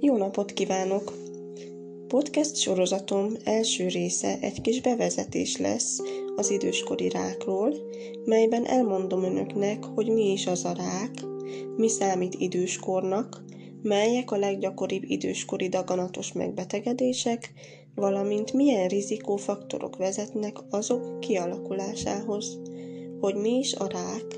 Jó napot kívánok! Podcast sorozatom első része egy kis bevezetés lesz az időskori rákról, melyben elmondom önöknek, hogy mi is az a rák, mi számít időskornak, melyek a leggyakoribb időskori daganatos megbetegedések, valamint milyen rizikófaktorok vezetnek azok kialakulásához, hogy mi is a rák.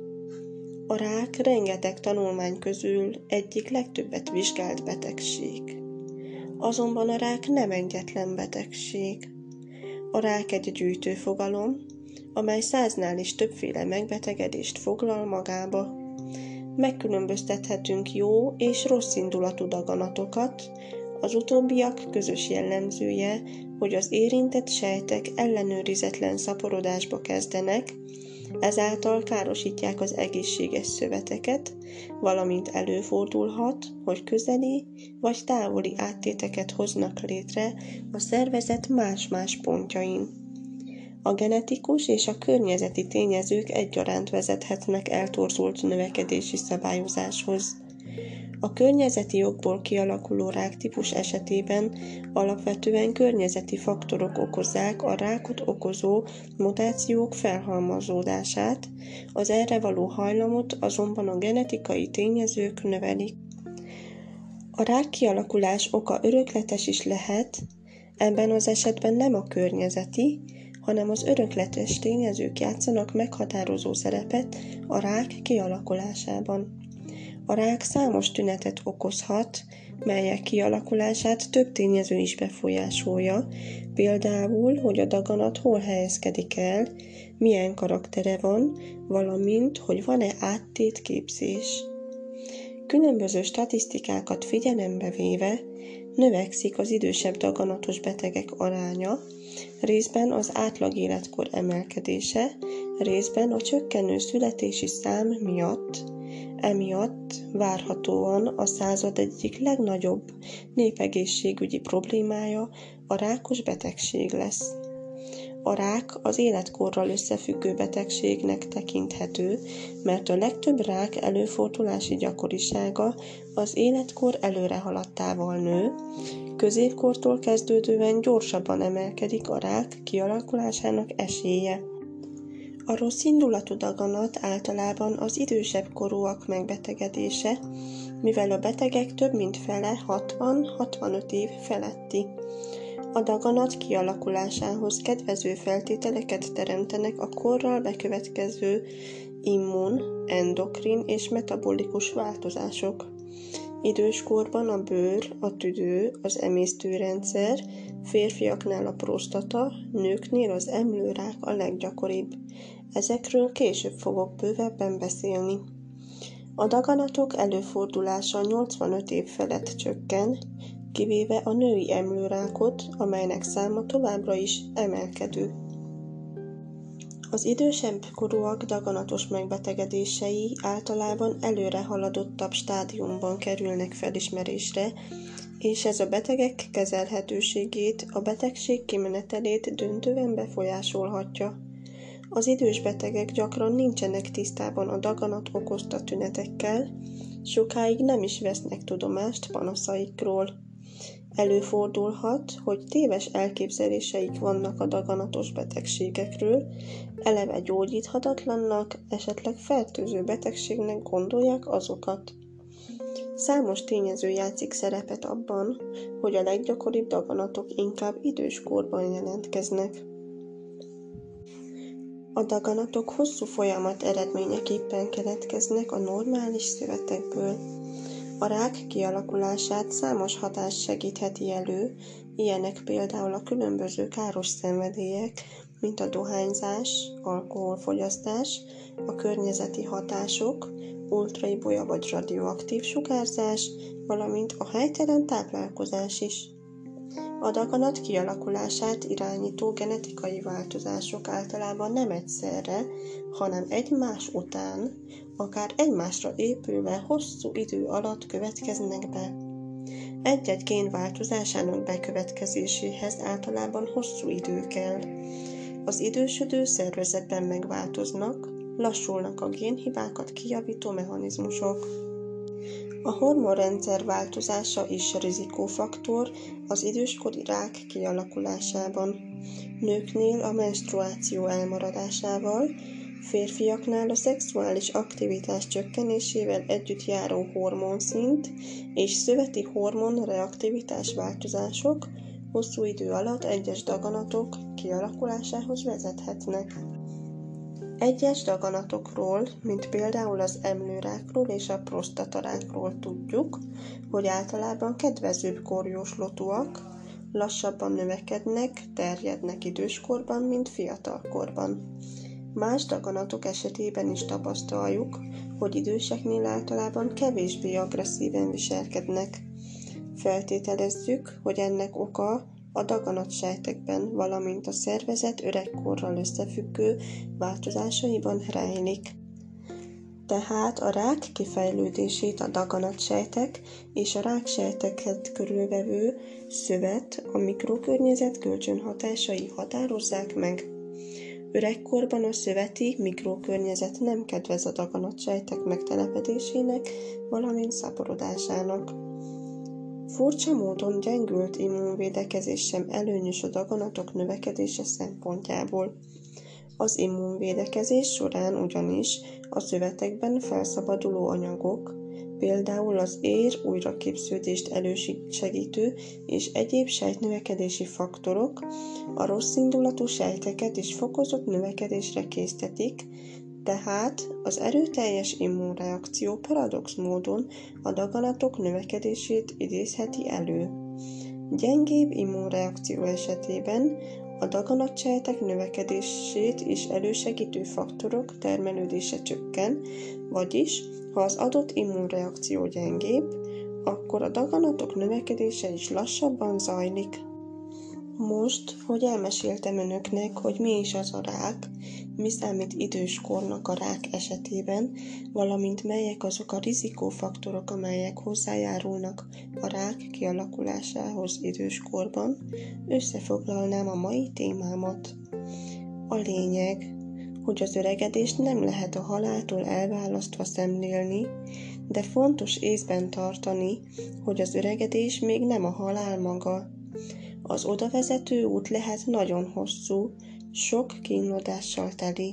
A rák rengeteg tanulmány közül egyik legtöbbet vizsgált betegség. Azonban a rák nem egyetlen betegség. A rák egy gyűjtőfogalom, amely 100-nál is többféle megbetegedést foglal magába. Megkülönböztethetünk jó és rossz indulatú daganatokat, az utóbbiak közös jellemzője, hogy az érintett sejtek ellenőrizetlen szaporodásba kezdenek, ezáltal károsítják az egészséges szöveteket, valamint előfordulhat, hogy közeli vagy távoli áttéteket hoznak létre a szervezet más-más pontjain. A genetikus és a környezeti tényezők egyaránt vezethetnek eltorzult növekedési szabályozáshoz. A környezeti okból kialakuló ráktípus esetében alapvetően környezeti faktorok okozzák a rákot okozó mutációk felhalmozódását, az erre való hajlamot azonban a genetikai tényezők növelik. A rák kialakulás oka örökletes is lehet, ebben az esetben nem a környezeti, hanem az örökletes tényezők játszanak meghatározó szerepet a rák kialakulásában. A rák számos tünetet okozhat, melyek kialakulását több tényező is befolyásolja, például, hogy a daganat hol helyezkedik el, milyen karaktere van, valamint, hogy van-e áttétképzés. Különböző statisztikákat figyelembe véve növekszik az idősebb daganatos betegek aránya, részben az átlag életkor emelkedése, részben a csökkenő születési szám miatt. Emiatt várhatóan a század egyik legnagyobb népegészségügyi problémája a rákos betegség lesz. A rák az életkorral összefüggő betegségnek tekinthető, mert a legtöbb rák előfordulási gyakorisága az életkor előrehaladtával nő, középkortól kezdődően gyorsabban emelkedik a rák kialakulásának esélye. A rossz indulatú daganat általában az idősebb korúak megbetegedése, mivel a betegek több mint fele 60-65 év feletti. A daganat kialakulásához kedvező feltételeket teremtenek a korral bekövetkező immun, endokrin és metabolikus változások. Időskorban a bőr, a tüdő, az emésztőrendszer, férfiaknál a próstata, nőknél az emlőrák a leggyakoribb. Ezekről később fogok bővebben beszélni. A daganatok előfordulása 85 év felett csökken, kivéve a női emlőrákot, amelynek száma továbbra is emelkedő. Az idősebb korúak daganatos megbetegedései általában előre haladottabb stádiumban kerülnek felismerésre, és ez a betegek kezelhetőségét, a betegség kimenetelét döntően befolyásolhatja. Az idős betegek gyakran nincsenek tisztában a daganat okozta tünetekkel, sokáig nem is vesznek tudomást panaszaikról. Előfordulhat, hogy téves elképzeléseik vannak a daganatos betegségekről, eleve gyógyíthatatlannak, esetleg fertőző betegségnek gondolják azokat. Számos tényező játszik szerepet abban, hogy a leggyakoribb daganatok inkább időskorban jelentkeznek. A daganatok hosszú folyamat eredményeképpen keletkeznek a normális szövetekből. A rák kialakulását számos hatás segítheti elő, ilyenek például a különböző káros szenvedélyek, mint a dohányzás, alkoholfogyasztás, a környezeti hatások, ultraibolya vagy radioaktív sugárzás, valamint a helytelen táplálkozás is. A daganat kialakulását irányító genetikai változások általában nem egyszerre, hanem egymás után, akár egymásra épülve hosszú idő alatt következnek be. Egy-egy gén változásának bekövetkezéséhez általában hosszú idő kell. Az idősödő szervezetben megváltoznak, lassulnak a génhibákat kijavító mechanizmusok. A hormonrendszer változása is rizikófaktor az időskori rák kialakulásában. Nőknél a menstruáció elmaradásával, férfiaknál a szexuális aktivitás csökkenésével együtt járó hormonszint és szöveti hormon reaktivitás változások hosszú idő alatt egyes daganatok kialakulásához vezethetnek. Egyes daganatokról, mint például az emlőrákról és a prostatarákról tudjuk, hogy általában kedvezőbb korjóslatúak, lassabban növekednek, terjednek időskorban, mint fiatalkorban. Más daganatok esetében is tapasztaljuk, hogy időseknél általában kevésbé agresszíven viselkednek. Feltételezzük, hogy ennek oka a daganatsejtekben, valamint a szervezet öregkorral összefüggő változásaiban rejlik. Tehát a rák kifejlődését a daganatsejtek és a ráksejteket körülvevő szövet, a mikrokörnyezet kölcsönhatásai határozzák meg. Öregkorban a szöveti mikrokörnyezet nem kedvez a daganatsejtek megtelepedésének, valamint szaporodásának. Furcsa módon gyengült immunvédekezés sem előnyös a daganatok növekedése szempontjából. Az immunvédekezés során ugyanis a szövetekben felszabaduló anyagok, például az ér újraképződést elősegítő és egyéb sejtnövekedési faktorok a rosszindulatú sejteket is fokozott növekedésre késztetik, tehát az erőteljes immunreakció paradox módon a daganatok növekedését idézheti elő. Gyengébb immunreakció esetében a daganatsejtek növekedését is elősegítő faktorok termelődése csökken, vagyis ha az adott immunreakció gyengébb, akkor a daganatok növekedése is lassabban zajlik. Most, hogy elmeséltem önöknek, hogy mi is az a rák, mi számít időskornak a rák esetében, valamint melyek azok a rizikófaktorok, amelyek hozzájárulnak a rák kialakulásához időskorban, összefoglalnám a mai témámat. A lényeg, hogy az öregedést nem lehet a haláltól elválasztva szemlélni, de fontos észben tartani, hogy az öregedés még nem a halál maga. Az odavezető út lehet nagyon hosszú, sok kínlódással teli.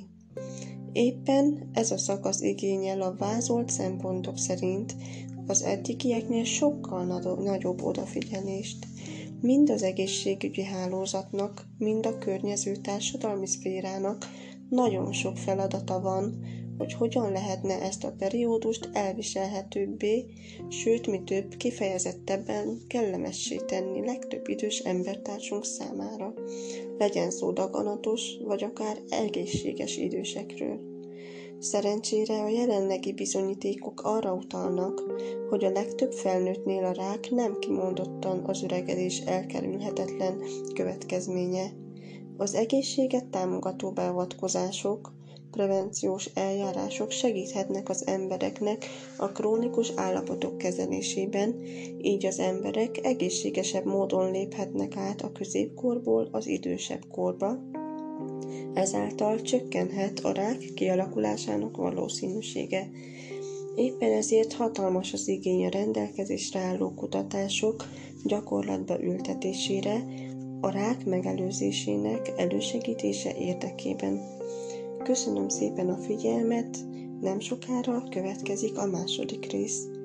Éppen ez a szakasz igényel a vázolt szempontok szerint az eddigieknél sokkal nagyobb odafigyelést. Mind az egészségügyi hálózatnak, mind a környező társadalmi szférának nagyon sok feladata van, hogy hogyan lehetne ezt a periódust elviselhetőbbé, sőt, mi több, kifejezettebben kellemessé tenni legtöbb idős embertársunk számára, legyen szó daganatos, vagy akár egészséges idősekről. Szerencsére a jelenlegi bizonyítékok arra utalnak, hogy a legtöbb felnőttnél a rák nem kimondottan az öregedés elkerülhetetlen következménye. Az egészséget támogató beavatkozások, prevenciós eljárások segíthetnek az embereknek a krónikus állapotok kezelésében, így az emberek egészségesebb módon léphetnek át a középkorból az idősebb korba. Ezáltal csökkenhet a rák kialakulásának valószínűsége. Éppen ezért hatalmas az igény a rendelkezésre álló kutatások gyakorlatba ültetésére, a rák megelőzésének elősegítése érdekében. Köszönöm szépen a figyelmet, nem sokára következik a második rész.